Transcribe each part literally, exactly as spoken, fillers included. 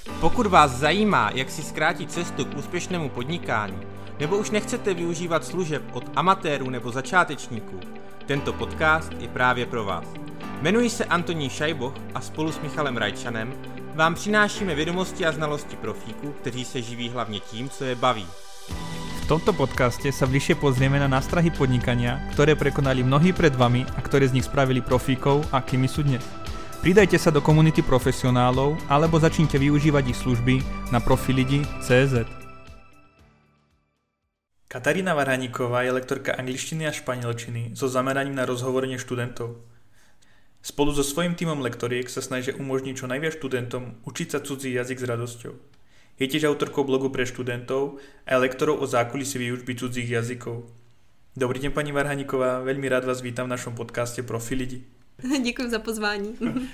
Pokud vás zajímá, jak si zkrátit cestu k úspěšnému podnikání, nebo už nechcete využívat služeb od amatérů nebo začátečníků, tento podcast je právě pro vás. Jmenuji se Antonín Šajboch a spolu s Michalem Rajčanem vám přinášíme vědomosti a znalosti profíků, kteří se živí hlavně tím, co je baví. V tomto podcaste sa bližšie pozrieme na nástrahy podnikania, ktoré prekonali mnohí pred vami a ktoré z nich spravili profíkov, akými sú dnes. Pridajte sa do komunity profesionálov alebo začnite využívať ich služby na profilidi bodka cé zet. Katarína Varhaníková je lektorka angličtiny a španielčiny so zameraním na rozhovorenie študentov. Spolu so svojím tímom lektoriek sa snažia umožniť čo najviac študentom učiť sa cudzí jazyk s radosťou. Je tiež autorkou blogu pre študentov a lektorov o zákulisí výučby cudzích jazykov. Dobrý deň, pani Varhaníková, veľmi rád vás vítam v našom podcaste Profilidi. Děkuji za pozvání.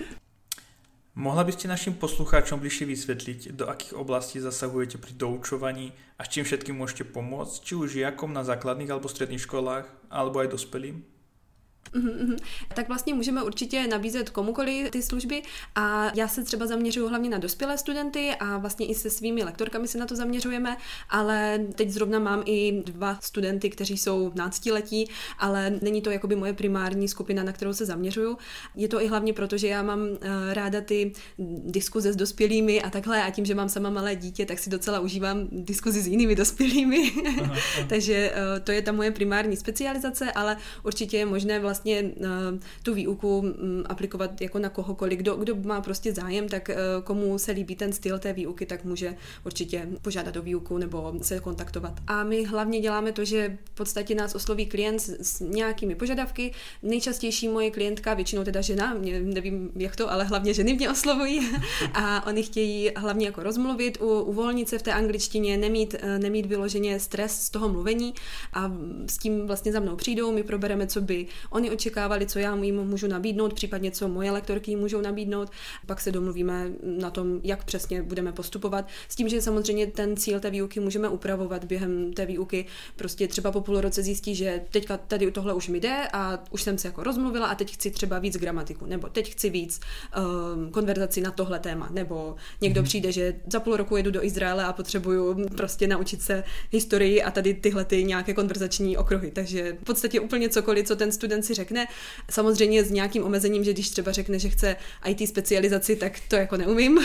Mohla by ste našim poslucháčom bližšie vysvetliť, do akých oblastí zasahujete pri doučovaní a s čím všetkým môžete pomôcť, či už žiakom na základných alebo stredných školách, alebo aj dospelým? Uhum. Tak vlastně můžeme určitě nabízet komukoliv ty služby a já se třeba zaměřuju hlavně na dospělé studenty a vlastně i se svými lektorkami se na to zaměřujeme, ale teď zrovna mám i dva studenty, kteří jsou náctiletí, ale není to jakoby moje primární skupina, na kterou se zaměřuju. Je to i hlavně proto, že já mám uh, ráda ty diskuze s dospělými a takhle a tím, že mám sama malé dítě, tak si docela užívám diskuzi s jinými dospělými. Aha, aha. Takže uh, to je ta moje primární specializace, ale určitě je možné vlastně vlastně uh, tu výuku um, aplikovat jako na kohokoliv. Kdo, kdo má prostě zájem, tak uh, komu se líbí ten styl té výuky, tak může určitě požádat o výuku nebo se kontaktovat. A my hlavně děláme to, že v podstatě nás osloví klient s, s nějakými požadavky. Nejčastější moje klientka, většinou teda žena, mě, nevím jak to, ale hlavně ženy mě oslovují a oni chtějí hlavně jako rozmluvit, u, uvolnit se v té angličtině, nemít, nemít vyloženě stres z toho mluvení a s tím vlastně za mnou přijdou, my probereme, co by oni očekávali, co já jim můžu nabídnout, případně co moje lektorky jim můžou nabídnout. Pak se domluvíme na tom, jak přesně budeme postupovat. S tím, že samozřejmě ten cíl té výuky můžeme upravovat během té výuky. Prostě třeba po půl roce zjistí, že teďka tady tohle už mi jde a už jsem se jako rozmluvila a teď chci třeba víc gramatiku, nebo teď chci víc um, konverzaci na tohle téma, nebo někdo mm. přijde, že za půl roku jedu do Izraele a potřebuju prostě naučit se historii a tady tyhle ty nějaké konverzační okruhy. Takže v podstatě úplně cokoliv, co ten student si řekne. Samozřejmě s nějakým omezením, že když třeba řekne, že chce í té specializaci, tak to jako neumím.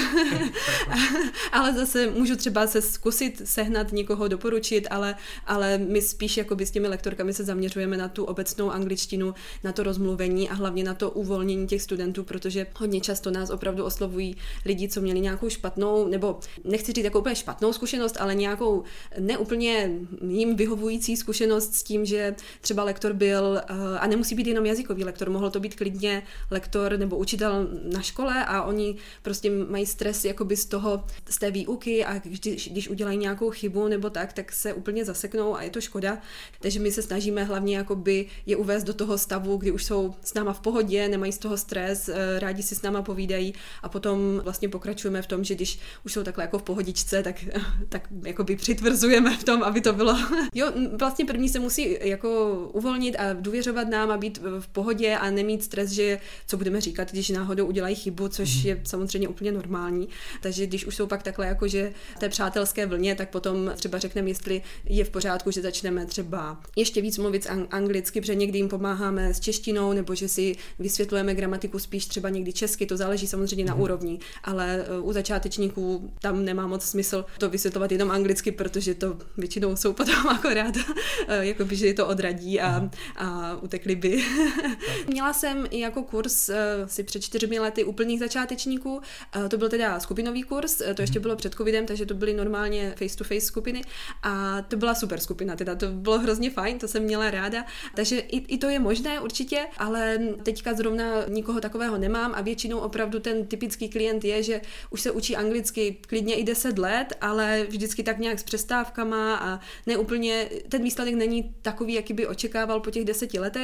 Ale zase můžu třeba se zkusit sehnat někoho, doporučit, ale, ale my spíš jakoby s těmi lektorkami se zaměřujeme na tu obecnou angličtinu, na to rozmluvení a hlavně na to uvolnění těch studentů, protože hodně často nás opravdu oslovují lidi, co měli nějakou špatnou, nebo nechci říct jako úplně špatnou zkušenost, ale nějakou neúplně jim vyhovující zkušenost s tím, že třeba lektor byl, a nemusí být jenom jazykový lektor, mohl to být klidně lektor nebo učitel na škole a oni prostě mají stres jakoby z toho, z té výuky a když, když udělají nějakou chybu nebo tak, tak se úplně zaseknou a je to škoda. Takže my se snažíme hlavně jakoby je uvést do toho stavu, kdy už jsou s náma v pohodě, nemají z toho stres, rádi si s náma povídají a potom vlastně pokračujeme v tom, že když už jsou takhle jako v pohodičce, tak, tak jakoby přitvrzujeme v tom, aby to bylo. Jo, vlastně první se musí jako uvolnit a důvěřovat nám a být v pohodě a nemít stres, že co budeme říkat, když náhodou udělají chybu, což je samozřejmě úplně normální. Takže když už jsou pak takhle jako, že té přátelské vlně, tak potom třeba řekneme, jestli je v pořádku, že začneme třeba ještě víc mluvit anglicky, protože někdy jim pomáháme s češtinou, nebo že si vysvětlujeme gramatiku spíš třeba někdy česky, to záleží samozřejmě na úrovni, ale u začátečníků tam nemá moc smysl to vysvětlovat jenom anglicky, protože to většinou jsou potom akorát, jakoby, že je to odradí a, a utekli by. Měla jsem i jako kurz si před čtyřmi lety úplných začátečníků, to byl teda skupinový kurz, to ještě bylo před covidem, takže to byly normálně face-to-face skupiny a to byla super skupina, teda to bylo hrozně fajn, to jsem měla ráda, takže i, i to je možné určitě, ale teďka zrovna nikoho takového nemám a většinou opravdu ten typický klient je, že už se učí anglicky klidně i deset let, ale vždycky tak nějak s přestávkama a neúplně, ten výsledek není takový, jaký by očekával po těch deseti letech a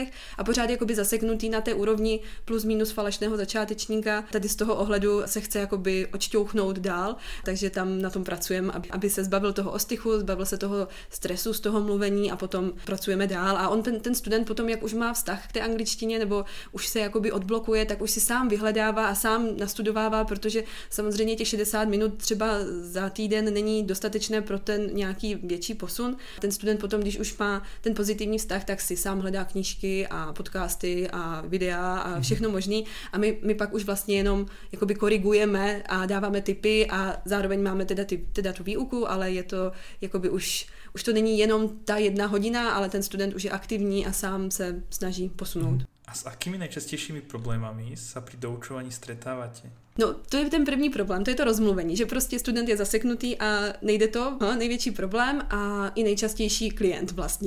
a pořád jakoby zaseknutý na té úrovni plus minus falešného začátečníka. Tady z toho ohledu se chce jakoby odšťouchnout dál, takže tam na tom pracujeme, aby, aby se zbavil toho ostychu, zbavil se toho stresu z toho mluvení a potom pracujeme dál. A on ten, ten student potom, jak už má vztah k té angličtině nebo už se jakoby odblokuje, tak už si sám vyhledává a sám nastudovává, protože samozřejmě těch šedesát minut třeba za týden není dostatečné pro ten nějaký větší posun. Ten student potom, když už má ten pozitivní vztah, tak si sám hledá knížky a podcasty a videa a všechno možný a my, my pak už vlastně jenom jakoby korigujeme a dáváme tipy a zároveň máme teda, ty, teda tu výuku, ale je to jakoby už, už to není jenom ta jedna hodina, ale ten student už je aktivní a sám se snaží posunout. A s akými nejčastějšími problémami sa pri doučovaní stretávate? No, to je ten první problém, to je to rozmluvení, že prostě student je zaseknutý a nejde to, no, největší problém a i nejčastější klient vlastně.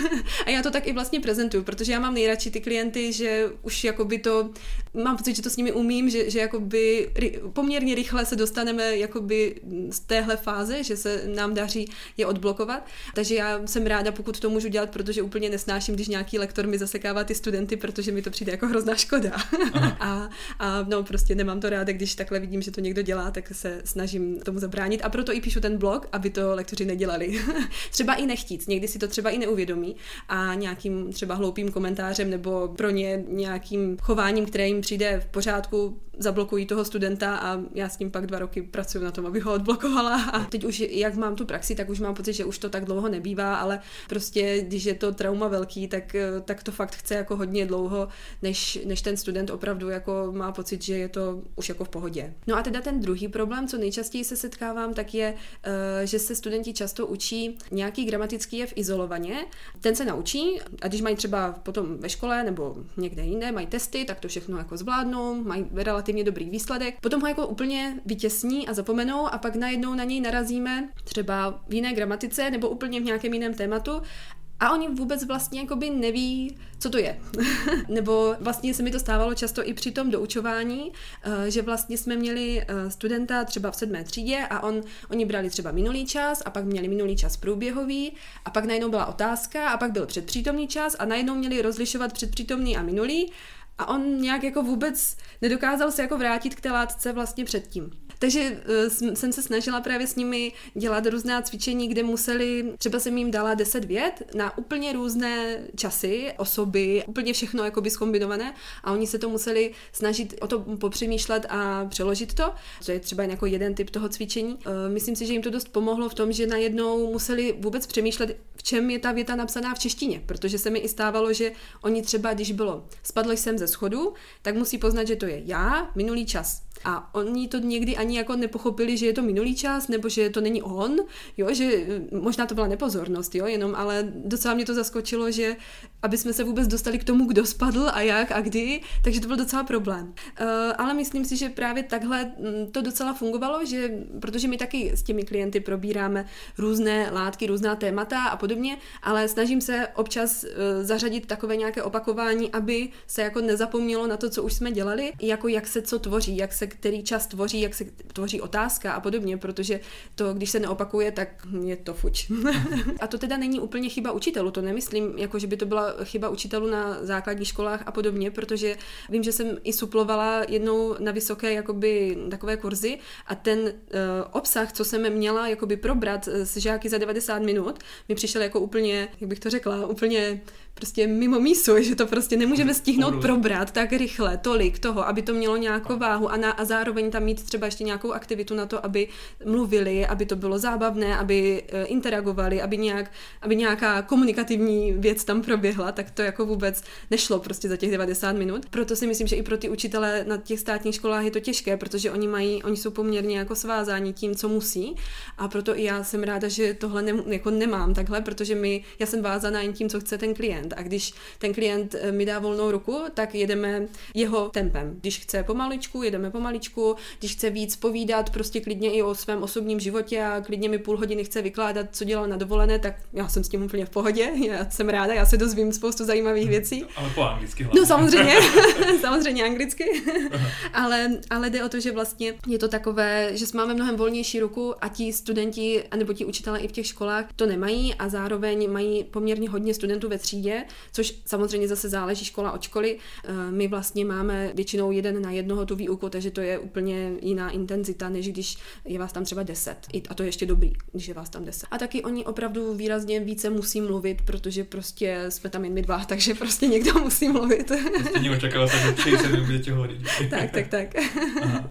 A já to tak i vlastně prezentuju, protože já mám nejradši ty klienty, že už jakoby to, mám pocit, že to s nimi umím, že, že jakoby poměrně rychle se dostaneme jakoby z téhle fáze, že se nám daří je odblokovat, takže já jsem ráda, pokud to můžu dělat, protože úplně nesnáším, když nějaký lektor mi zasekává ty studenty, protože mi to přijde jako hrozná škoda. a, a no, prostě nemám to ráda, když takhle vidím, že to někdo dělá, tak se snažím tomu zabránit a proto i píšu ten blog, aby to lektoři nedělali. Třeba i nechtít, někdy si to třeba i neuvědomí a nějakým třeba hloupým komentářem nebo pro ně nějakým chováním, které jim přijde v pořádku, zablokují toho studenta a já s tím pak dva roky pracuji na tom, aby ho odblokovala a teď už, jak mám tu praxi, tak už mám pocit, že už to tak dlouho nebývá, ale prostě, když je to trauma velký, tak, tak to fakt chce jako hodně dlouho, než, než ten student opravdu jako má pocit, že je to už jako v pohodě. No a teda ten druhý problém, co nejčastěji se setkávám, tak je, že se studenti často učí nějaký gramatický jev izolovaně. Ten se naučí a když mají třeba potom ve škole nebo někde jinde, mají testy, tak to všechno jako zvládnou, mají relativně dobrý výsledek. Potom ho jako úplně vytěsní a zapomenou a pak najednou na něj narazíme třeba v jiné gramatice nebo úplně v nějakém jiném tématu a oni vůbec vlastně jakoby neví, co to je. Nebo vlastně se mi to stávalo často i při tom doučování, že vlastně jsme měli studenta třeba v sedmé třídě a on, oni brali třeba minulý čas a pak měli minulý čas průběhový a pak najednou byla otázka a pak byl předpřítomný čas a najednou měli rozlišovat předpřítomný a minulý a on nějak jako vůbec nedokázal se jako vrátit k té látce vlastně předtím. Takže uh, jsem se snažila právě s nimi dělat různá cvičení, kde museli, třeba jsem jim dala deset vět na úplně různé časy, osoby, úplně všechno jakoby zkombinované a oni se to museli snažit o to popřemýšlet a přeložit to. To je třeba jako jeden typ toho cvičení. Uh, myslím si, že jim to dost pomohlo v tom, že najednou museli vůbec přemýšlet, v čem je ta věta napsaná v češtině, protože se mi i stávalo, že oni třeba, když bylo spadl jsem ze schodu, tak musí poznat, že to je já, minulý čas. A oni to někdy ani jako nepochopili, že je to minulý čas, nebo že to není on, jo, že možná to byla nepozornost, jo, jenom, ale docela mě to zaskočilo, že aby jsme se vůbec dostali k tomu, kdo spadl a jak a kdy, takže to byl docela problém. Uh, ale myslím si, že právě takhle to docela fungovalo, že protože my taky s těmi klienty probíráme různé látky, různá témata a podobně, ale snažím se občas uh, zařadit takové nějaké opakování, aby se jako nezapomnělo na to, co už jsme dělali, jako jak se co tvoří, jak se který čas tvoří, jak se tvoří otázka a podobně, protože to, když se neopakuje, tak je to fuč. A to teda není úplně chyba učitelů, to nemyslím, jako že by to byla chyba učitelů na základních školách a podobně, protože vím, že jsem i suplovala jednou na vysoké jakoby takové kurzy a ten uh, obsah, co jsem měla jakoby probrat s žáky za devadesát minut, mi přišel jako úplně, jak bych to řekla, úplně prostě mimo mísu, že to prostě nemůžeme stihnout probrat tak rychle, tolik toho, aby to mělo nějakou váhu a, na, a zároveň tam mít třeba ještě nějakou aktivitu na to, aby mluvili, aby to bylo zábavné, aby e, interagovali, aby, nějak, aby nějaká komunikativní věc tam proběhla, tak to jako vůbec nešlo prostě za těch devadesát minut. Proto si myslím, že i pro ty učitele na těch státních školách je to těžké, protože oni mají, oni jsou poměrně jako svázáni tím, co musí a proto i já jsem ráda, že tohle ne, jako nemám takhle, protože my, já jsem vázaná jen tím, co chce ten klient. A když ten klient mi dá volnou ruku, tak jedeme jeho tempem. Když chce pomaličku, jedeme pomaličku, pomaličku, když chce víc povídat, prostě klidně i o svém osobním životě a klidně mi půl hodiny chce vykládat, co dělal na dovolené, tak já jsem s tím úplně v pohodě, já jsem ráda, já se dozvím spoustu zajímavých věcí. Ale po anglicky hlavně. No samozřejmě, samozřejmě anglicky, ale, ale jde o to, že vlastně je to takové, že máme mnohem volnější ruku a ti studenti, anebo ti učitelé i v těch školách to nemají a zároveň mají poměrně hodně studentů ve třídě, což samozřejmě zase záleží škola od školy. My vlastně máme většinou jeden na jednoho tu výuku, takže to je úplně jiná intenzita, než když je vás tam třeba deset. A to je ještě dobrý, když je vás tam deset. A taky oni opravdu výrazně více musí mluvit, protože prostě jsme tam jen my dva, takže prostě někdo musí mluvit. Stejně očekala jsem, že tři se budete hovoriť. Tak, tak, tak. Aha.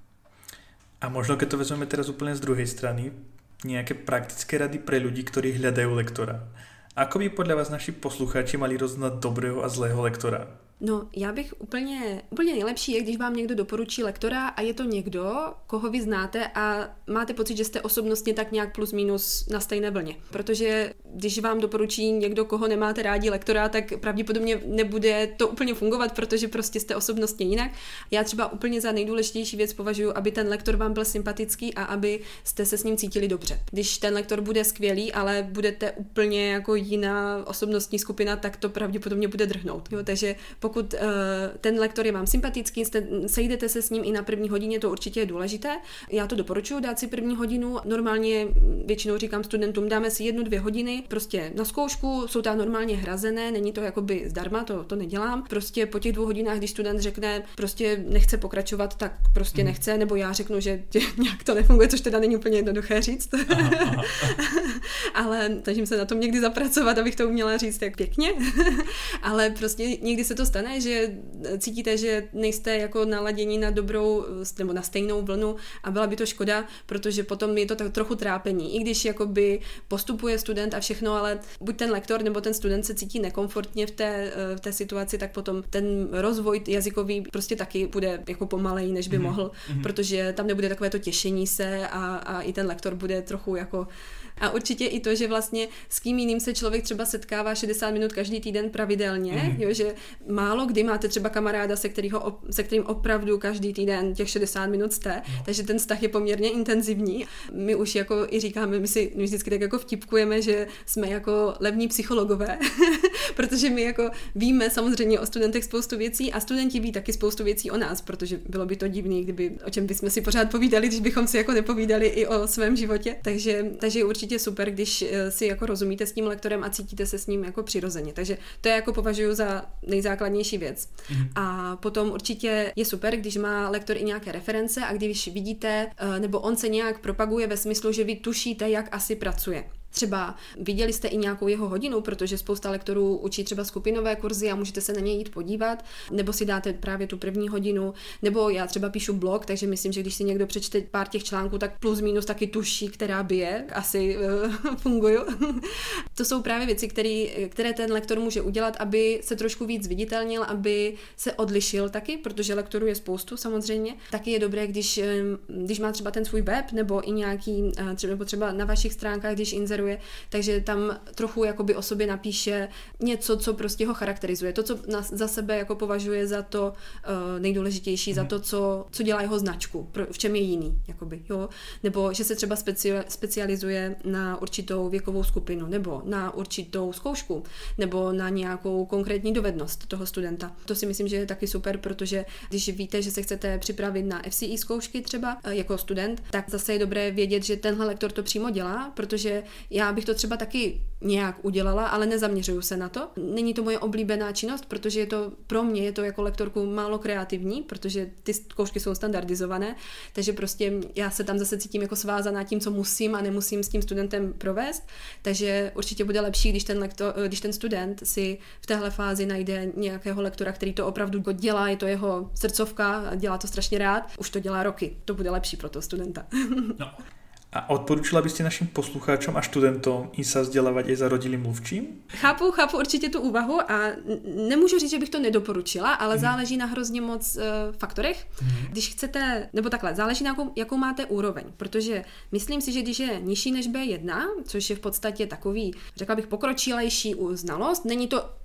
A možno, keď to vezmeme teraz úplne z druhej strany, nejaké praktické rady pre ľudí, ktorí hľadajú lektora. Ako by podľa vás naši posluchači mali roznať dobrého a zlého lektora? No, já bych úplně, úplně nejlepší je, když vám někdo doporučí lektora a je to někdo, koho vy znáte a máte pocit, že jste osobnostně tak nějak plus minus na stejné vlně. Protože když vám doporučí někdo, koho nemáte rádi lektora, tak pravděpodobně nebude to úplně fungovat, protože prostě jste osobnostně jinak. Já třeba úplně za nejdůležitější věc považuji, aby ten lektor vám byl sympatický a aby jste se s ním cítili dobře. Když ten lektor bude skvělý, ale budete úplně jako jiná osobnostní skupina, tak to pravděpodobně bude drhnout. Jo, takže pokud uh, ten lektor je vám sympatický, jste, sejdete se s ním i na první hodině, to určitě je důležité. Já to doporučuji dát si první hodinu. Normálně většinou říkám studentům, dáme si jednu, dvě hodiny prostě na zkoušku, jsou tam normálně hrazené, není to jakoby zdarma, to, to nedělám. Prostě po těch dvou hodinách, když student řekne, prostě nechce pokračovat, tak prostě nechce, nebo já řeknu, že nějak to nefunguje, což teda není úplně jednoduché říct. Aha, aha. Ale snažím se na tom někdy zapracovat, abych to uměla říct jak pěkně. Ale prostě někdy se to stane, že cítíte, že nejste jako naladění na dobrou nebo na stejnou vlnu a byla by to škoda, protože potom je to tak trochu trápení. I když jakoby postupuje student a všechno, ale buď ten lektor nebo ten student se cítí nekomfortně v té, v té situaci, tak potom ten rozvoj jazykový prostě taky bude jako pomalej, než by mm-hmm. mohl, protože tam nebude takové to těšení se a, a i ten lektor bude trochu jako. A určitě i to, že vlastně s kým jiným se člověk třeba setkává šedesát minut každý týden pravidelně, mm-hmm. jo, že málo kdy máte třeba kamaráda, se, kterýho, se kterým opravdu každý týden těch šedesát minut jste, no. Takže ten vztah je poměrně intenzivní. My už jako i říkáme, my si my vždycky tak jako vtipkujeme, že jsme jako levní psychologové, protože my jako víme samozřejmě o studentech spoustu věcí a studenti ví taky spoustu věcí o nás, protože bylo by to divný, kdyby, o čem bychom si pořád povídali, když bychom si jako nepovídali i o svém životě. Takže, takže určitě super, když si jako rozumíte s tím lektorem a cítíte se s ním jako přirozeně. Takže to je jako považuji za nejzákladnější věc. Mm. A potom určitě je super, když má lektor i nějaké reference a když vidíte, nebo on se nějak propaguje ve smyslu, že vy tušíte, jak asi pracuje. Třeba viděli jste i nějakou jeho hodinu, protože spousta lektorů učí třeba skupinové kurzy a můžete se na něj jít podívat, nebo si dáte právě tu první hodinu, nebo já třeba píšu blog, takže myslím, že když si někdo přečte pár těch článků, tak plus minus taky tuší, která bije, asi uh, fungují. To jsou právě věci, který, které ten lektor může udělat, aby se trošku víc viditelnil, aby se odlišil taky, protože lektorů je spoustu samozřejmě. Taky je dobré, když, když má třeba ten svůj web, nebo i nějaký, třeba, třeba na vašich stránkách, když inzeruje, takže tam trochu jakoby o sobě napíše něco, co prostě ho charakterizuje. To, co na, za sebe jako považuje za to uh, nejdůležitější, mm. za to, co, co dělá jeho značku, pro, v čem je jiný, jakoby, jo? Nebo že se třeba speci- specializuje na určitou věkovou skupinu, nebo na určitou zkoušku, nebo na nějakou konkrétní dovednost toho studenta. To si myslím, že je taky super, protože když víte, že se chcete připravit na F C E zkoušky třeba uh, jako student, tak zase je dobré vědět, že tenhle lektor to přímo dělá, protože já bych to třeba taky nějak udělala, ale nezaměřuju se na to. Není to moje oblíbená činnost, protože je to pro mě, je to jako lektorku málo kreativní, protože ty zkoušky jsou standardizované, takže prostě já se tam zase cítím jako svázaná tím, co musím a nemusím s tím studentem provést, takže určitě bude lepší, když ten, lektor, když ten student si v téhle fázi najde nějakého lektora, který to opravdu dělá, je to jeho srdcovka, dělá to strašně rád, už to dělá roky, to bude lepší pro toho studenta. No. A odporučila by ste našim poslucháčom a študentom i sa vzdelávať aj za rodilým mluvčím? Chápu, chápu určitě tu úvahu a nemůžu říct, že bych to nedoporučila, ale mm. záleží na hrozně moc uh, faktorech. Mm. Když chcete, nebo takhle, záleží na jakou, jakou máte úroveň, protože myslím si, že když je nižší než bé jedna, což je v podstatě takový, řekla bych, pokročilejší znalost, není to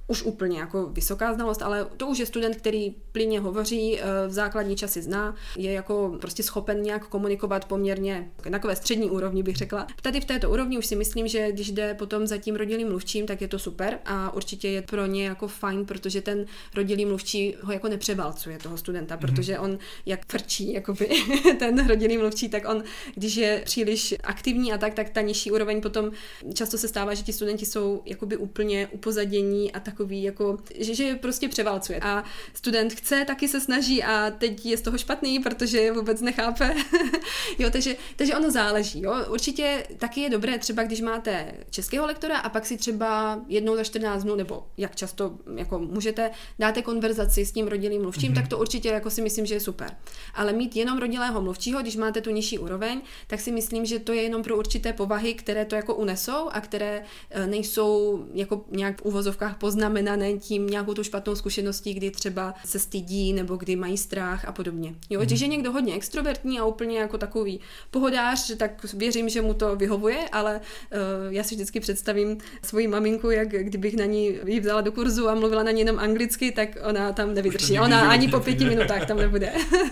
už úplně jako vysoká znalost, ale to už je student, který plynně hovoří, v základní časy zná, je jako prostě schopen nějak komunikovat poměrně na takové střední úrovni, bych řekla. Tady v této úrovni už si myslím, že když jde potom za tím rodilým mluvčím, tak je to super a určitě je pro ně jako fajn, protože ten rodilý mluvčí ho jako nepřeválcuje toho studenta, protože on jak frčí jakoby ten rodilý mluvčí, tak on, když je příliš aktivní a tak, tak ta nižší úroveň potom často se stává, že ti studenti jsou jakoby úplně upozadění a takový jako, že, že je prostě převálcuje. A student chce, taky se snaží a teď je z toho špatný, protože vůbec nechápe. Jo, takže, takže ono záleží. Jo. Určitě taky je dobré třeba, když máte českého lektora a pak si třeba jednou za čtrnáct dnů, nebo jak často jako můžete, dáte konverzaci s tím rodilým mluvčím, mm-hmm. tak to určitě jako si myslím, že je super. Ale mít jenom rodilého mluvčího, když máte tu nižší úroveň, tak si myslím, že to je jenom pro určité povahy, které to jako unesou a které nejsou jako nějak v uvozovkách poznamenané tím nějakou tu špatnou zkušeností, kdy třeba se stydí nebo kdy mají strach a podobně. Jo, když je někdo hodně extrovertní a úplně jako takový pohodář, tak věřím, že mu to vyhovuje, ale uh, já si vždycky představím svoji maminku, jak kdybych na ní ji vzala do kurzu a mluvila na ní jenom anglicky, tak ona tam nevydrží. Ona ani po pěti minutách tam nebude.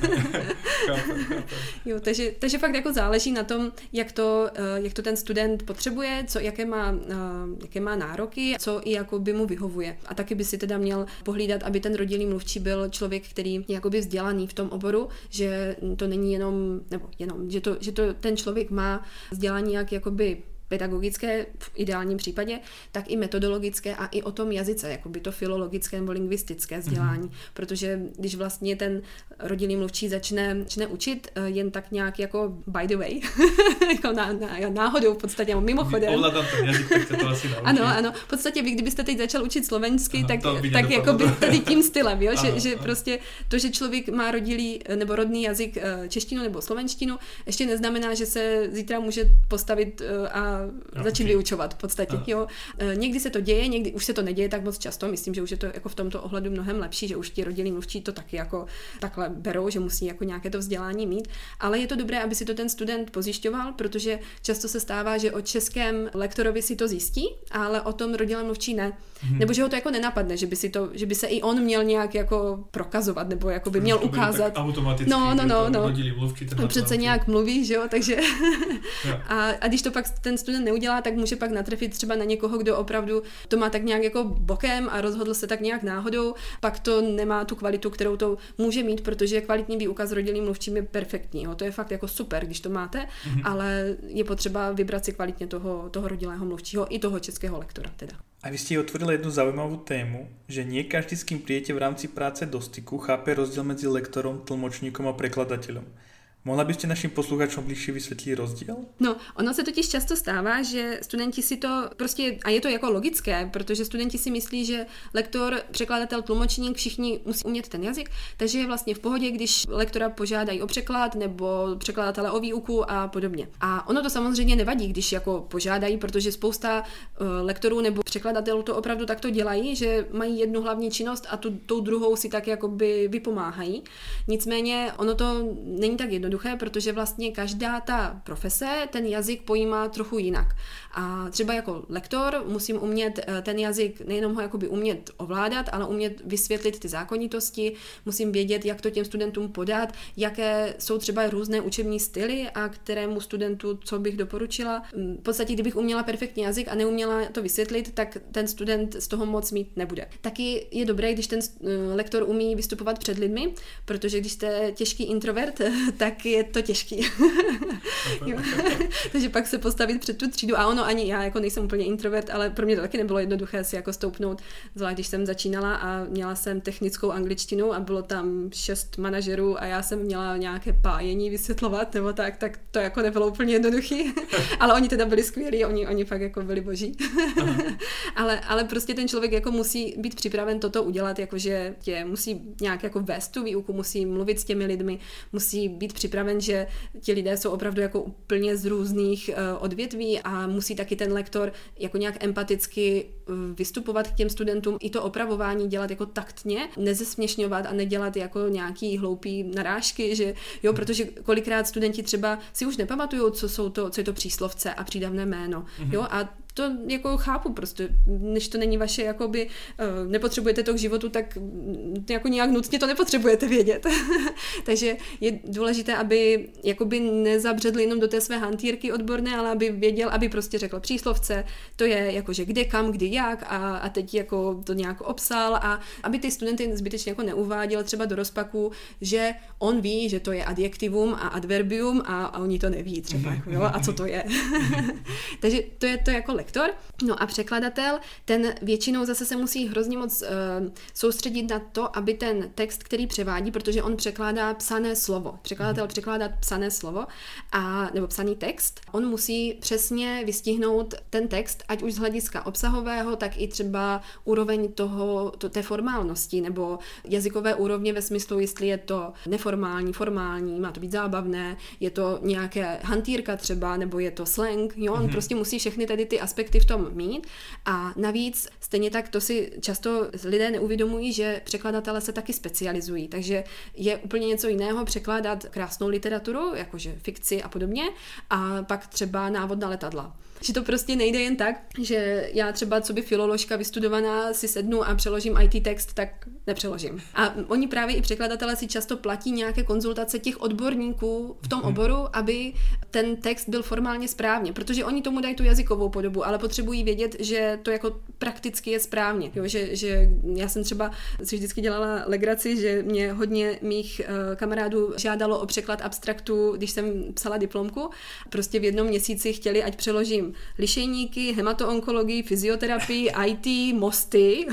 Jo, takže, takže fakt jako záleží na tom, jak to, uh, jak to ten student potřebuje, co, jaké má, uh, jaké má nároky, co i jako by mu vyhovuje. A taky by si teda měl pohlídat, aby ten rodilý mluvčí byl člověk, který je jakoby vzdělaný v tom oboru, že to není jenom, nebo jenom, že to, že to ten člověk má vzdělání jak jakoby pedagogické v ideálním případě, tak i metodologické a i o tom jazyce, jakoby to filologické nebo lingvistické vzdělání, mm-hmm. protože když vlastně ten rodilý mluvčí začne, začne učit jen tak nějak jako by the way, jako ná, ná, náhodou v podstatě, mimochodem. Ovládám ten jazyk, tak se to asi naučí. Ano, ano, v podstatě vy, kdybyste teď začal učit slovensky, aha, tak, tak jakoby tady tím stylem, jo? Že, aha, že aha. prostě to, že člověk má rodilý nebo rodný jazyk češtinu nebo slovenštinu, ještě neznamená, že se zítra může postavit a no, začít okay. vyučovat v podstatě. Jo. Někdy se to děje, někdy už se to neděje tak moc často. Myslím, že už je to jako v tomto ohledu mnohem lepší, že už ti rodilí mluvčí to taky jako takhle berou, že musí jako nějaké to vzdělání mít. Ale je to dobré, aby si to ten student pozjišťoval, protože často se stává, že o českém lektorovi si to zjistí, ale o tom rodilém mluvčí ne. Hmm. Nebo že ho to jako nenapadne, že by si to, že by se i on měl nějak jako prokazovat, nebo jako by měl ukázat. Automaticky. No, no, no, no. Rodilý mluvčí, on přece nějak mluví, že jo, takže a, a když to pak ten student neudělá, tak může pak natrefit třeba na někoho, kdo opravdu to má tak nějak jako bokem a rozhodl se tak nějak náhodou, pak to nemá tu kvalitu, kterou to může mít, protože kvalitní výuka s rodilým mluvčím je perfektní. Jo. To je fakt jako super, když to máte, mm-hmm. ale je potřeba vybrat si kvalitně toho, toho rodilého mluvčího i toho českého lektora teda. A vy ste otvorili jednu zaujímavú tému, že nie každý, s kým prídete v rámci práce do styku, chápe rozdiel medzi lektorom, tlmočníkom a prekladateľom. Mohla byste našim posluchačům blížší vysvětlit rozdíl? No, ono se totiž často stává, že studenti si to prostě, a je to jako logické, protože studenti si myslí, že lektor, překladatel, tlumočník, všichni musí umět ten jazyk, takže je vlastně v pohodě, když lektora požádají o překlad nebo překladatele o výuku a podobně. A ono to samozřejmě nevadí, když jako požádají, protože spousta uh, lektorů nebo překladatelů to opravdu takto dělají, že mají jednu hlavní činnost a tu, tou druhou si tak jakoby vypomáhají. Nicméně ono to není tak jednoduché, protože vlastně každá ta profese ten jazyk pojímá trochu jinak. A třeba jako lektor musím umět ten jazyk, nejenom ho jakoby umět ovládat, ale umět vysvětlit ty zákonitosti, musím vědět, jak to těm studentům podat, jaké jsou třeba různé učební styly a kterému studentu, co bych doporučila. V podstatě, kdybych uměla perfektní jazyk a neuměla to vysvětlit, tak ten student z toho moc mít nebude. Taky je dobré, když ten lektor umí vystupovat před lidmi, protože když jste těžký introvert, tak je to těžký. Takže pak se postavit před tu třídu a ono ani já jako nejsem úplně introvert, ale pro mě to taky nebylo jednoduché si jako stoupnout, zvlášť když jsem začínala a měla jsem technickou angličtinu a bylo tam šest manažerů a já jsem měla nějaké pájení vysvětlovat nebo tak, tak to jako nebylo úplně jednoduchý, ale oni teda byli skvělí, oni, oni fakt jako byli boží. ale, ale prostě ten člověk jako musí být připraven toto udělat, jakože tě musí nějak jako vést tu výuku, musí mluvit s těmi lidmi, musí být připraven, že ti lidé jsou opravdu jako úplně z různých uh, odvětví a musí taky ten lektor jako nějak empaticky uh, vystupovat k těm studentům, i to opravování dělat jako taktně, nezesměšňovat a nedělat jako nějaký hloupý narážky, že jo, protože kolikrát studenti třeba si už nepamatujou, co jsou to, co je to příslovce a přídavné jméno, jo, a To jako chápu prostě, než to není vaše, jakoby, nepotřebujete to k životu, tak jako nějak nutně to nepotřebujete vědět. Takže je důležité, aby jakoby nezabředl jenom do té své hantýrky odborné, ale aby věděl, aby prostě řekl příslovce, to je jakože kde, kam, kdy, jak a, a teď jako to nějak obsal a aby ty studenty zbytečně jako neuváděl třeba do rozpaku, že on ví, že to je adjektivum a adverbium a, a oni to neví třeba, jako, jo, a co to je. Takže to je to jako lektor. No a překladatel, ten většinou zase se musí hrozně moc uh, soustředit na to, aby ten text, který převádí, protože on překládá psané slovo. Překladatel překládá psané slovo a, nebo psaný text. On musí přesně vystihnout ten text, ať už z hlediska obsahového, tak i třeba úroveň toho, to, té formálnosti nebo jazykové úrovně ve smyslu, jestli je to neformální, formální, má to být zábavné, je to nějaké hantýrka třeba, nebo je to slang, jo, on mm-hmm. prostě musí všechny tady ty aspekty v tom mít a navíc stejně tak to si často lidé neuvědomují, že překladatelé se taky specializují, takže je úplně něco jiného překládat krásnou literaturu, jakože fikci a podobně, a pak třeba návod na letadla. Že to prostě nejde jen tak, že já třeba co by filoložka vystudovaná si sednu a přeložím í té text, tak nepřeložím. A oni právě i překladatelé si často platí nějaké konzultace těch odborníků v tom oboru, aby ten text byl formálně správně, protože oni tomu dají tu jazykovou podobu, ale potřebují vědět, že to jako prakticky je správně. Jo, že, že já jsem třeba si vždycky dělala legraci, že mě hodně mých uh, kamarádů žádalo o překlad abstraktu, když jsem psala diplomku. Prostě v jednom měsíci chtěli, ať přeložím lišejníky, hematoonkologii, fyzioterapii, í té, mosty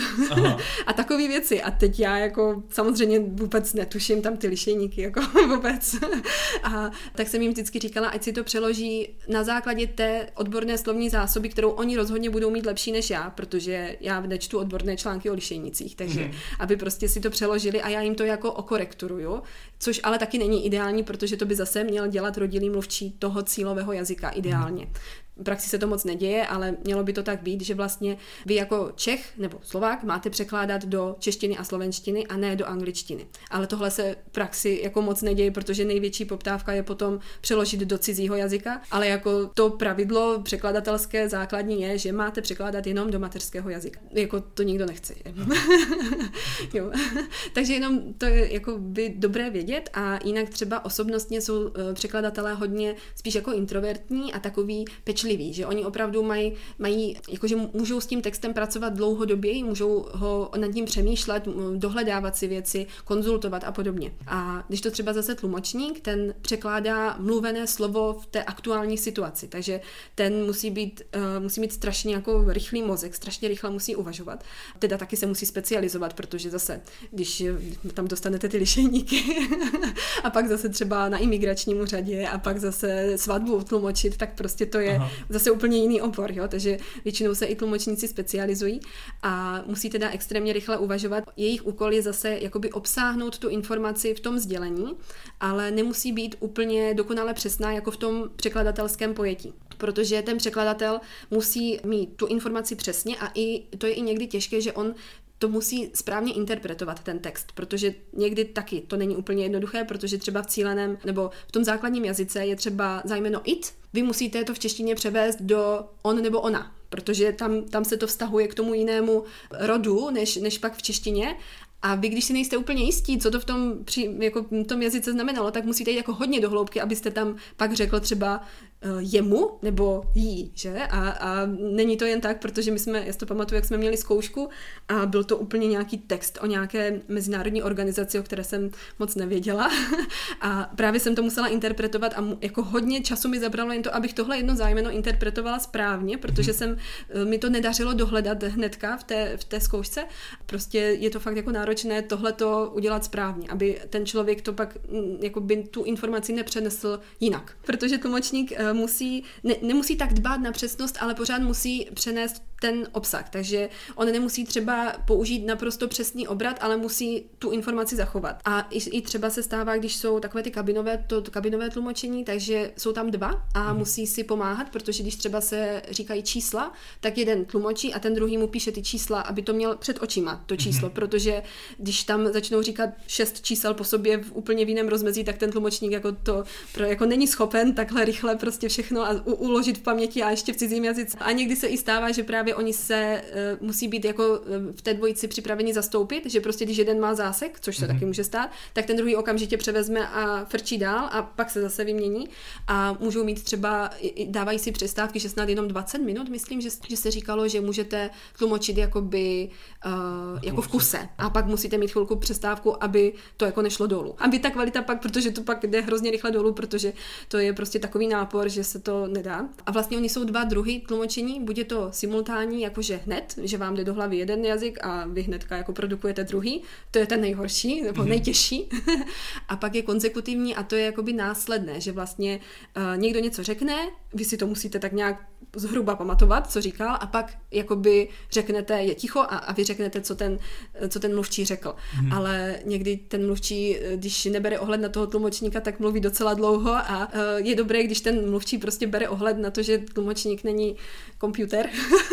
a takové věci. A teď já jako samozřejmě vůbec netuším tam ty lišejníky, jako vůbec. A tak jsem jim vždycky říkala, ať si to přeloží na základě té odborné slovní zásoby, kterou oni rozhodně budou mít lepší než já, protože já nečtu odborné články o lišejnicích, takže hmm. aby prostě si to přeložili a já jim to jako okorekturuju, což ale taky není ideální, protože to by zase měl dělat rodilý mluvčí toho cílového jazyka ideálně. Hmm. V praxi se to moc neděje, ale mělo by to tak být, že vlastně vy jako Čech nebo Slovák máte překládat do češtiny a slovenštiny a ne do angličtiny. Ale tohle se v praxi jako moc neděje, protože největší poptávka je potom přeložit do cizího jazyka, ale jako to pravidlo překladatelské základní je, že máte překládat jenom do mateřského jazyka. Jako to nikdo nechce. Jo. Takže jenom to je jako by dobré vědět a jinak třeba osobnostně jsou překladatelé hodně spíš jako introvertní a takový pečliví, že oni opravdu mají, mají jakože můžou s tím textem pracovat dlouhodobě, můžou ho nad ním přemýšlet, dohledávat si věci, konzultovat a podobně. A když to třeba zase tlumočník, ten překládá mluvené slovo v té aktuální situaci, takže ten musí být, uh, musí mít strašně jako rychlý mozek, strašně rychle musí uvažovat. Teda taky se musí specializovat, protože zase, když tam dostanete ty lišejníky a pak zase třeba na imigračním úřadě a pak zase svatbu tlumočit, tak prostě to je Aha. zase úplně jiný obor, jo? Takže většinou se i tlumočníci specializují a musí teda extrémně rychle uvažovat. Jejich úkol je zase jakoby obsáhnout tu informaci v tom sdělení, ale nemusí být úplně dokonale přesná jako v tom překladatelském pojetí. Protože ten překladatel musí mít tu informaci přesně a i to je i někdy těžké, že on to musí správně interpretovat ten text, protože někdy taky to není úplně jednoduché, protože třeba v cíleném nebo v tom základním jazyce je třeba zájmeno it, vy musíte to v češtině převést do on nebo ona, protože tam, tam se to vztahuje k tomu jinému rodu, než, než pak v češtině. A vy, když si nejste úplně jistí, co to v tom, při, jako v tom jazyce znamenalo, tak musíte jít jako hodně do hloubky, abyste tam pak řekl třeba uh, jemu nebo jí, že? A, a není to jen tak, protože my jsme, já si to pamatuju, jak jsme měli zkoušku a byl to úplně nějaký text o nějaké mezinárodní organizaci, o které jsem moc nevěděla. A právě jsem to musela interpretovat a jako hodně času mi zabralo jen to, abych tohle jedno zájmeno interpretovala správně, protože jsem, mi to nedařilo dohledat hnedka v té, v té zkoušce. Prostě je to fakt jako náročné tohleto udělat správně, aby ten člověk to pak jakoby tu informaci nepřenesl jinak. Protože tlumočník musí, ne, nemusí tak dbát na přesnost, ale pořád musí přenést ten obsah. Takže on nemusí třeba použít naprosto přesný obrat, ale musí tu informaci zachovat. A i, i třeba se stává, když jsou takové ty kabinové, to, to kabinové tlumočení, takže jsou tam dva a musí si pomáhat, protože když třeba se říkají čísla, tak jeden tlumočí a ten druhý mu píše ty čísla, aby to měl před očima, to číslo, mm-hmm. protože když tam začnou říkat šest čísel po sobě v úplně v jiném rozmezí, tak ten tlumočník jako to jako není schopen takhle rychle prostě prostě všechno a u, uložit v paměti a ještě v cizím jazyce. A někdy se i stává, že právě oni se uh, musí být jako uh, v té dvojici připraveni zastoupit, že prostě když jeden má zásek, což se mm-hmm. taky může stát, tak ten druhý okamžitě převezme a frčí dál a pak se zase vymění a můžou mít třeba, dávají si přestávky, že snad jenom dvacet minut, myslím, že, že se říkalo, že můžete tlumočit jakoby uh, jako v kuse a pak musíte mít chvilku přestávku, aby to jako nešlo dolů. Aby ta kvalita pak, protože to pak jde hrozně rychle dolů, protože to je prostě takový nápor, že se to nedá. A vlastně oni jsou dva druhy tlumočení, buď je to simultánní, jakože hned, že vám jde do hlavy jeden jazyk a vy hnedka jako produkujete druhý, to je ten nejhorší, nebo nejtěžší. A pak je konsekutivní a to je jakoby následné, že vlastně uh, někdo něco řekne, vy si to musíte tak nějak zhruba pamatovat, co říkal, a pak jakoby řeknete, je ticho a, a vy řeknete, co ten, co ten mluvčí řekl. Hmm. Ale někdy ten mluvčí, když nebere ohled na toho tlumočníka, tak mluví docela dlouho a uh, je dobré, když ten mluvčí prostě bere ohled na to, že tlumočník není počítač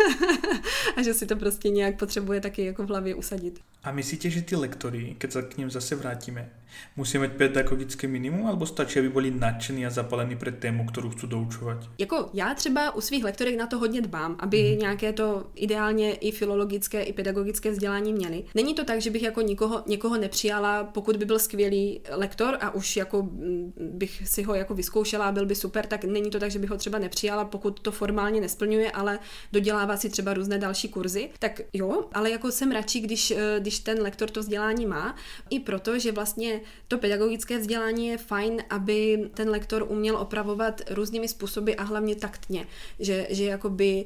a že si to prostě nějak potřebuje taky jako v hlavě usadit. A myslíte, že ty lektory, keď sa k ním zase vrátime, musí mať pedagogické minimum, alebo stačí, aby boli nadšení a zapalení pre tému, ktorú chcú doučovať? Jako já třeba u svých lektorek na to hodně dbám, aby mm. nějaké to ideálně i filologické, i pedagogické vzdělání měli. Není to tak, že bych jako nikoho, někoho nepřijala, pokud by byl skvělý lektor a už jako bych si ho jako vyzkoušela a byl by super, tak není to tak, že bych ho třeba nepřijala, pokud to formálně nesplňuje, ale dodělává si třeba různé další kurzy. Tak jo, ale jako jsem radši, když, když ten lektor to vzdělání má, i proto, že vlastně to pedagogické vzdělání je fajn, aby ten lektor uměl opravovat různými způsoby a hlavně taktně, že, že jakoby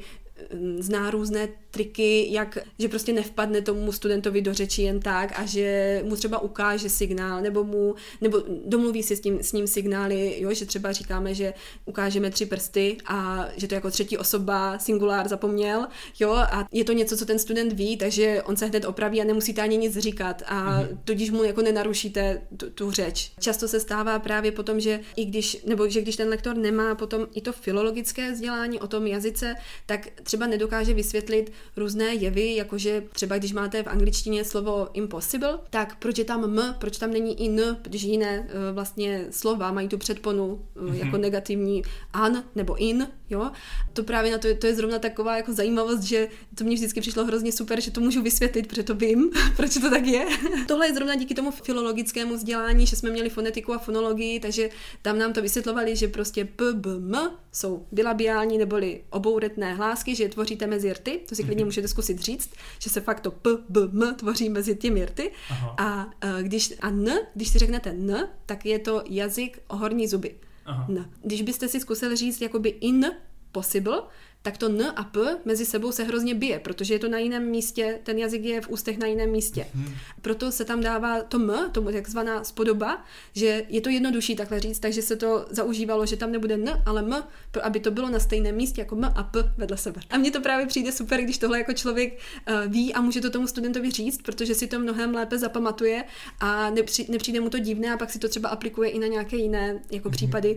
zná různé triky, jak, že prostě nevpadne tomu studentovi do řeči jen tak a že mu třeba ukáže signál, nebo mu, nebo domluví si s, tím, s ním signály, jo, že třeba říkáme, že ukážeme tři prsty a že to jako třetí osoba singulár zapomněl, jo, a je to něco, co ten student ví, takže on se hned opraví a nemusíte ani nic říkat a mm-hmm. tudíž mu jako nenarušíte tu, tu řeč. Často se stává právě potom, že i když, nebo že když ten lektor nemá potom i to filologické vzdělání o tom jazyce, tak třeba nedokáže vysvětlit různé jevy, jakože třeba když máte v angličtině slovo impossible, tak proč je tam m, proč tam není i n, protože jiné vlastně slova mají tu předponu mm-hmm. jako negativní an nebo in, jo. To právě na to, to je zrovna taková jako zajímavost, že to mě vždycky přišlo hrozně super, že to můžu vysvětlit, protože to vím, proč to tak je. Tohle je zrovna díky tomu filologickému vzdělání, že jsme měli fonetiku a fonologii, takže tam nám to vysvětlovali, že prostě p, b, m jsou bilabiální neboli obouretné hlásky, že je tvoříte mezi rty, to si klidně můžete zkusit říct, že se fakt to p, b, m tvoří mezi těmi rty. Aha. A když a n, když si řeknete n, tak je to jazyk o horní zuby. Aha. N. Když byste si zkusili říct jakoby in possible, tak to n a p mezi sebou se hrozně bije, protože je to na jiném místě, ten jazyk je v ústech na jiném místě. Hmm. Proto se tam dává to m, tomu takzvaná spodoba, že je to jednodušší takhle říct, takže se to zaužívalo, že tam nebude n, ale m, aby to bylo na stejném místě jako m a p vedle sebe. A mně to právě přijde super, když tohle jako člověk uh, ví a může to tomu studentovi říct, protože si to mnohem lépe zapamatuje a nepři, nepřijde mu to divné a pak si to třeba aplikuje i na nějaké jiné jako hmm. případy.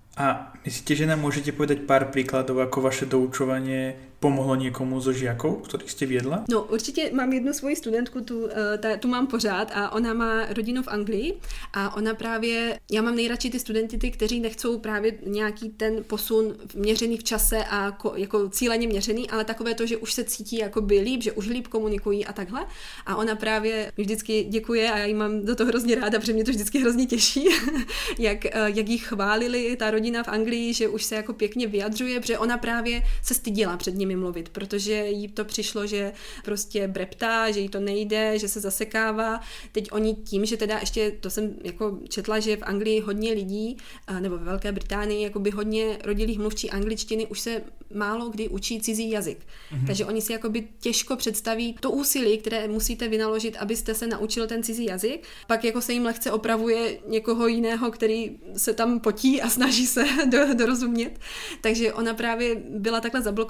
A myslíte, že nám môžete povedať pár príkladov, ako vaše doučovanie pomohlo někomu zo žiakov, kterých jste viedla? No určitě mám jednu svoji studentku, tu, ta, tu mám pořád a ona má rodinu v Anglii a ona právě, já mám nejradši ty studenty, ty, kteří nechcou právě nějaký ten posun měřený v čase a ko, jako cíleně měřený, ale takové to, že už se cítí jakoby líp, že už líp komunikují a takhle. A ona právě vždycky děkuje a já jí mám do toho hrozně ráda, protože mě to vždycky hrozně těší, jak, jak jí chválili ta rodina v Anglii, že už se jako pěkně vyjadřuje, protože ona právě se stydila před nimi mluvit, protože jí to přišlo, že prostě breptá, že jí to nejde, že se zasekává. Teď oni tím, že teda ještě, to jsem jako četla, že v Anglii hodně lidí, nebo ve Velké Británii, jakoby hodně rodilých mluvčí angličtiny už se málo kdy učí cizí jazyk. Mm-hmm. Takže oni si jakoby těžko představí to úsilí, které musíte vynaložit, abyste se naučil ten cizí jazyk. Pak jako se jim lehce opravuje někoho jiného, který se tam potí a snaží se do, dorozumět. Takže ona právě byla takhle zablokovaná, ale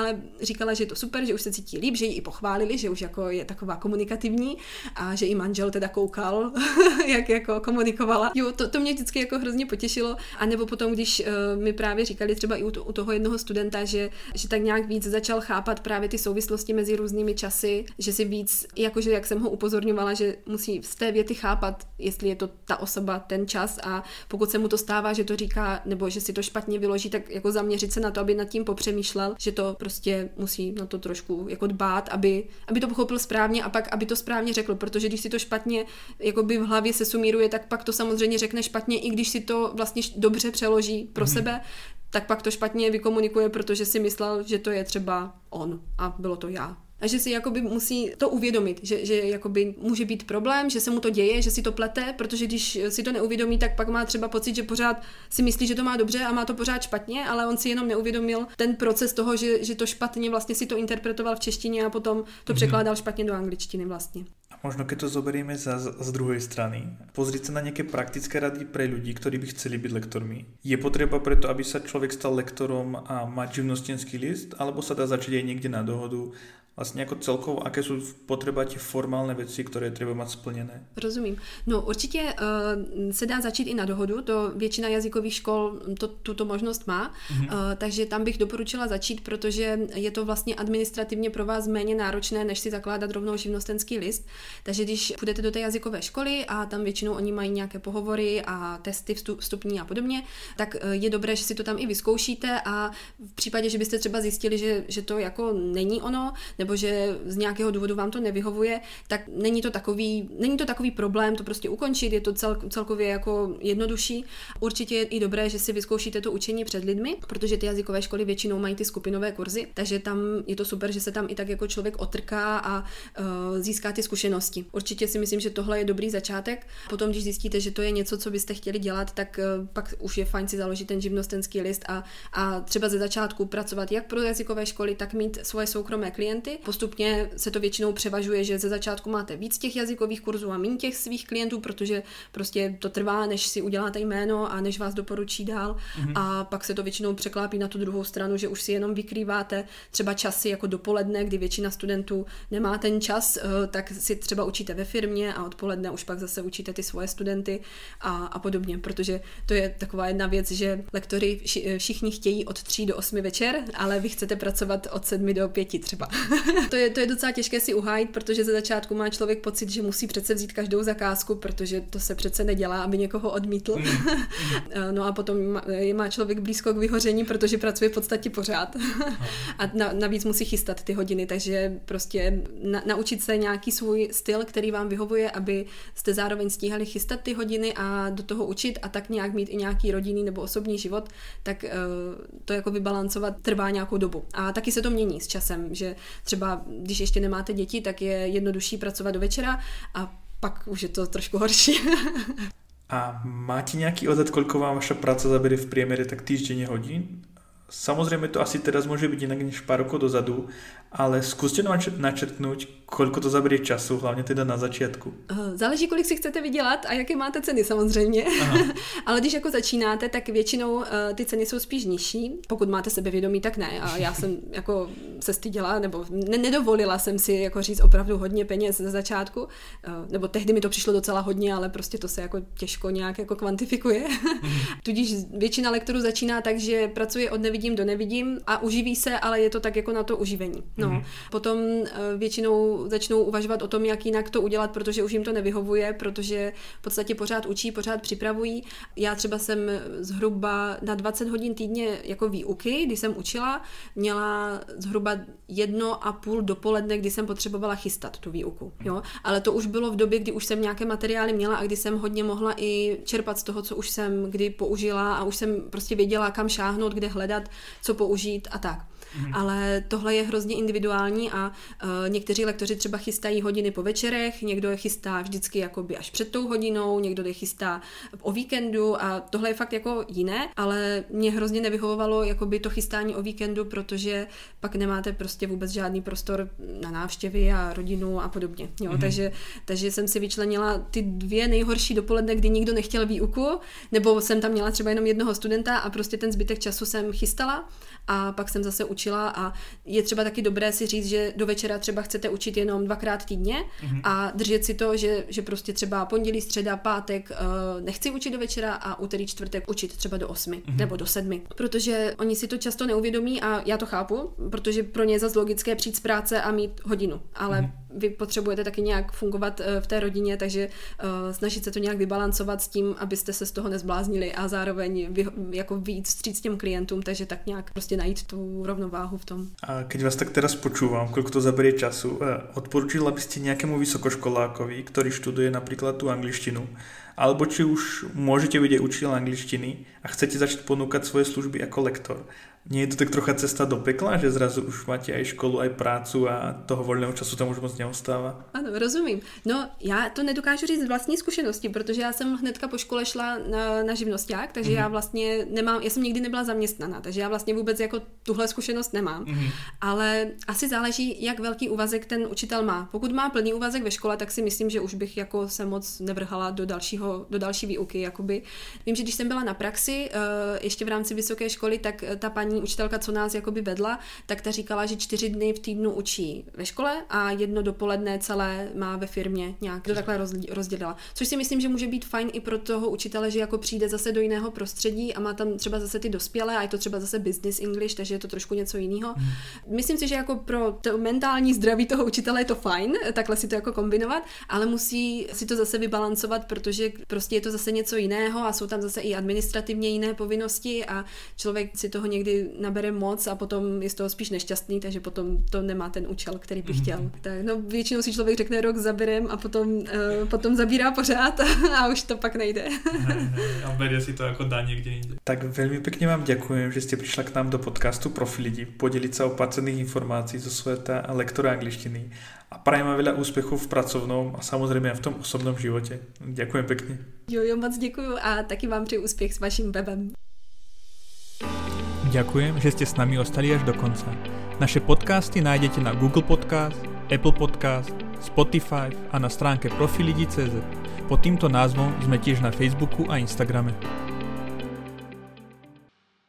ale říkala, že je to super, že už se cítí líp, že ji i pochválili, že už jako je taková komunikativní a že i manžel teda koukal, jak jako komunikovala. Jo, to, to mě vždycky jako hrozně potěšilo. A nebo potom, když uh, mi právě říkali třeba i u, to, u toho jednoho studenta, že, že tak nějak víc začal chápat právě ty souvislosti mezi různými časy, že si víc, jakože jak jsem ho upozorňovala, že musí z té věty chápat, jestli je to ta osoba, ten čas a pokud se mu to stává, že to říká, nebo že si to špatně vyloží, tak jako zaměřit se na to, aby nad tím popřemýšlel, že to prostě musí na to trošku jako dbát, aby, aby to pochopil správně a pak, aby to správně řekl, protože když si to špatně jakoby v hlavě se sumíruje, tak pak to samozřejmě řekne špatně, i když si to vlastně dobře přeloží pro mm-hmm. sebe, tak pak to špatně vykomunikuje, protože si myslel, že to je třeba on a bylo to já. A že si jakoby musí to uvědomit, že, že jakoby může být problém, že se mu to děje, že si to plete, protože když si to neuvědomí, tak pak má třeba pocit, že pořád si myslí, že to má dobře a má to pořád špatně, ale on si jenom neuvědomil ten proces toho, že, že to špatně vlastně si to interpretoval v češtině a potom to mm-hmm. překládal špatně do angličtiny vlastně. Možno keď to zoberieme z, z druhej strany, pozrieť sa na nejaké praktické rady pre ľudí, ktorí by chceli byť lektormi. Je potreba preto, aby sa človek stal lektorom a mať živnostenský list, alebo sa dá začať aj niekde na dohodu? Vlastně jako celkovo, aké jsou potřeba ti formální věci, které třeba mít splněné? Rozumím. No určitě uh, se dá začít i na dohodu, to většina jazykových škol to, tuto možnost má, mm-hmm. uh, takže tam bych doporučila začít, protože je to vlastně administrativně pro vás méně náročné, než si zakládat rovnou živnostenský list. Takže když půjdete do té jazykové školy a tam většinou oni mají nějaké pohovory a testy vstup, vstupní a podobně, tak uh, je dobré, že si to tam i vyzkoušíte a v případě, že byste třeba zjistili, že, že to jako není ono, nebo že z nějakého důvodu vám to nevyhovuje, tak není to takový, není to takový problém to prostě ukončit, je to cel, celkově jako jednodušší. Určitě je i dobré, že si vyzkoušíte to učení před lidmi, protože ty jazykové školy většinou mají ty skupinové kurzy, takže tam je to super, že se tam i tak jako člověk otrká a uh, získá ty zkušenosti. Určitě si myslím, že tohle je dobrý začátek. Potom, když zjistíte, že to je něco, co byste chtěli dělat, tak uh, pak už je fajn si založit ten živnostenský list a, a třeba ze začátku pracovat jak pro jazykové školy, tak mít svoje soukromé klienty. Postupně se to většinou převažuje, že ze začátku máte víc těch jazykových kurzů a méně těch svých klientů, protože prostě to trvá, než si uděláte jméno a než vás doporučí dál. Mm-hmm. A pak se to většinou překlápí na tu druhou stranu, že už si jenom vykrýváte třeba časy jako dopoledne, kdy většina studentů nemá ten čas, tak si třeba učíte ve firmě a odpoledne už pak zase učíte ty svoje studenty a, a podobně, protože to je taková jedna věc, že lektory všichni chtějí od tří do osmi večer, ale vy chcete pracovat od sedmi do pěti třeba. To je, to je docela těžké si uhájit, protože ze začátku má člověk pocit, že musí přece vzít každou zakázku, protože to se přece nedělá, aby někoho odmítl. No a potom má člověk blízko k vyhoření, protože pracuje v podstatě pořád. A navíc musí chystat ty hodiny, takže prostě na, naučit se nějaký svůj styl, který vám vyhovuje, aby jste zároveň stíhali chystat ty hodiny a do toho učit a tak nějak mít i nějaký rodinný nebo osobní život, tak to jako vybalancovat trvá nějakou dobu. A taky se to mění s časem, že třeba když ještě nemáte děti, tak je jednodušší pracovat do večera a pak už je to trošku horší. A máte nějaký odhad, koľko vám vaša práca zabere v priemere tak týždenne hodín? Samozrejme to asi teraz môže byť inak než pár rokov dozadu, ale skúste nám načrtnúť, koľko to zaberie času, hlavne teda na začiatku. Záleží, kolik si chcete vydělat a jaké máte ceny samozřejmě. Ale když jako začínáte, tak většinou uh, ty ceny jsou spíš nižší. Pokud máte sebevědomí, tak ne. A já jsem jako se styděla, nebo ne- nedovolila jsem si jako říct opravdu hodně peněz ze začátku. Uh, nebo tehdy mi to přišlo docela hodně, ale prostě to se jako těžko nějak jako kvantifikuje. Tudíž většina lektorů začíná tak, že pracuje od nevidím do nevidím a uživí se, ale je to tak jako na to uživení. No. Mm-hmm. Potom uh, většinou začnou uvažovat o tom, jak jinak to udělat, protože už jim to nevyhovuje, protože v podstatě pořád učí, pořád připravují. Já třeba jsem zhruba na dvacet hodin týdně jako výuky, kdy jsem učila, měla zhruba jedno a půl dopoledne, kdy jsem potřebovala chystat tu výuku. Jo? Ale to už bylo v době, kdy už jsem nějaké materiály měla a kdy jsem hodně mohla i čerpat z toho, co už jsem kdy použila a už jsem prostě věděla, kam šáhnout, kde hledat, co použít a tak. Mm. Ale tohle je hrozně individuální a uh, někteří lektoři třeba chystají hodiny po večerech, někdo je chystá vždycky jakoby až před tou hodinou, někdo je chystá o víkendu a tohle je fakt jako jiné, ale mě hrozně nevyhovovalo jakoby to chystání o víkendu, protože pak nemáte prostě vůbec žádný prostor na návštěvy a rodinu a podobně. Jo? Mm. Takže, takže jsem si vyčlenila ty dvě nejhorší dopoledne, kdy nikdo nechtěl výuku, nebo jsem tam měla třeba jenom jednoho studenta a prostě ten zbytek času jsem chystala a pak jsem zase učila a je třeba taky dobré si říct, že do večera třeba chcete učit jenom dvakrát týdně mm-hmm. a držet si to, že, že prostě třeba pondělí, středa, pátek uh, nechci učit do večera a úterý, čtvrtek učit třeba do osmi mm-hmm. nebo do sedmi, protože oni si to často neuvědomí a já to chápu, protože pro ně je zase logické přijít z práce a mít hodinu, ale mm-hmm. vy potřebujete taky nějak fungovat uh, v té rodině, takže uh, snažit se to nějak vybalancovat s tím, abyste se z toho nezbláznili a zároveň vy, jako víc vstříc těm klientům, takže tak nějak prostě najít tu rovnováhu v tom. A keď vás tak teraz počúvam, koľko to zaberie času, odporúčila by ste nejakému vysokoškolákovi, ktorý študuje napríklad tú angličtinu, alebo či už môžete byť aj učiteľ angličtiny a chcete začať ponúkať svoje služby ako lektor. Nie je to tak trocha cesta do pekla, že zrazu už máte aj školu, aj prácu a toho voľného času tam už moc neostáva? Ano, rozumím. No, já to nedokážu říct z vlastní zkušenosti, protože já jsem hnedka po škole šla na, na živnosťák, takže mm-hmm. já vlastně nemám, já jsem nikdy nebyla zaměstnaná, takže já vlastně vůbec jako tuhle zkušenost nemám. Mm-hmm. Ale asi záleží, jak velký úvazek ten učitel má. Pokud má plný úvazek ve škole, tak si myslím, že už bych jako se moc nevrhala do dalšího, do další výuky, jakoby. Vím, že když jsem byla na praxi, ještě v rámci vysoké školy, tak ta paní učitelka, co nás jakoby vedla, tak ta říkala, že čtyři dny v týdnu učí ve škole a jedno dopoledne celé má ve firmě nějak, to takhle rozdělila. Což si myslím, že může být fajn i pro toho učitele, že jako přijde zase do jiného prostředí a má tam třeba zase ty dospělé a je to třeba zase business English, takže je to trošku něco jiného. Hmm. Myslím si, že jako pro to mentální zdraví toho učitele je to fajn, takhle si to jako kombinovat, ale musí si to zase vybalancovat, protože prostě je to zase něco jiného a jsou tam zase i administrativně jiné povinnosti a člověk si toho někdy nabere moc a potom je z toho spíš nešťastný, takže potom to nemá ten účel, který by chtěl. Mm-hmm. Tak, no, většinou si člověk řekne rok zaberem a potom, uh, potom zabírá pořád a už to pak nejde. A berie si to jako dá někde jinde. Tak veľmi pekne vám ďakujem, že ste prišla k nám do podcastu Profilidi podeliť sa o pár cenných informácií zo sveta lektora angličtiny a prajem vám veľa úspechov v pracovnom a samozrejme aj v tom osobnom živote. Ďakujem pekne. Jo, jo, moc děkuju a taky vám přeju úspěch s vaším webem. Ďakujem, že ste s nami ostali až do konca. Naše podcasty nájdete na Google Podcast, Apple Podcast, Spotify a na stránke profilidi bodka cé zet. Pod týmto názvom sme tiež na Facebooku a Instagrame.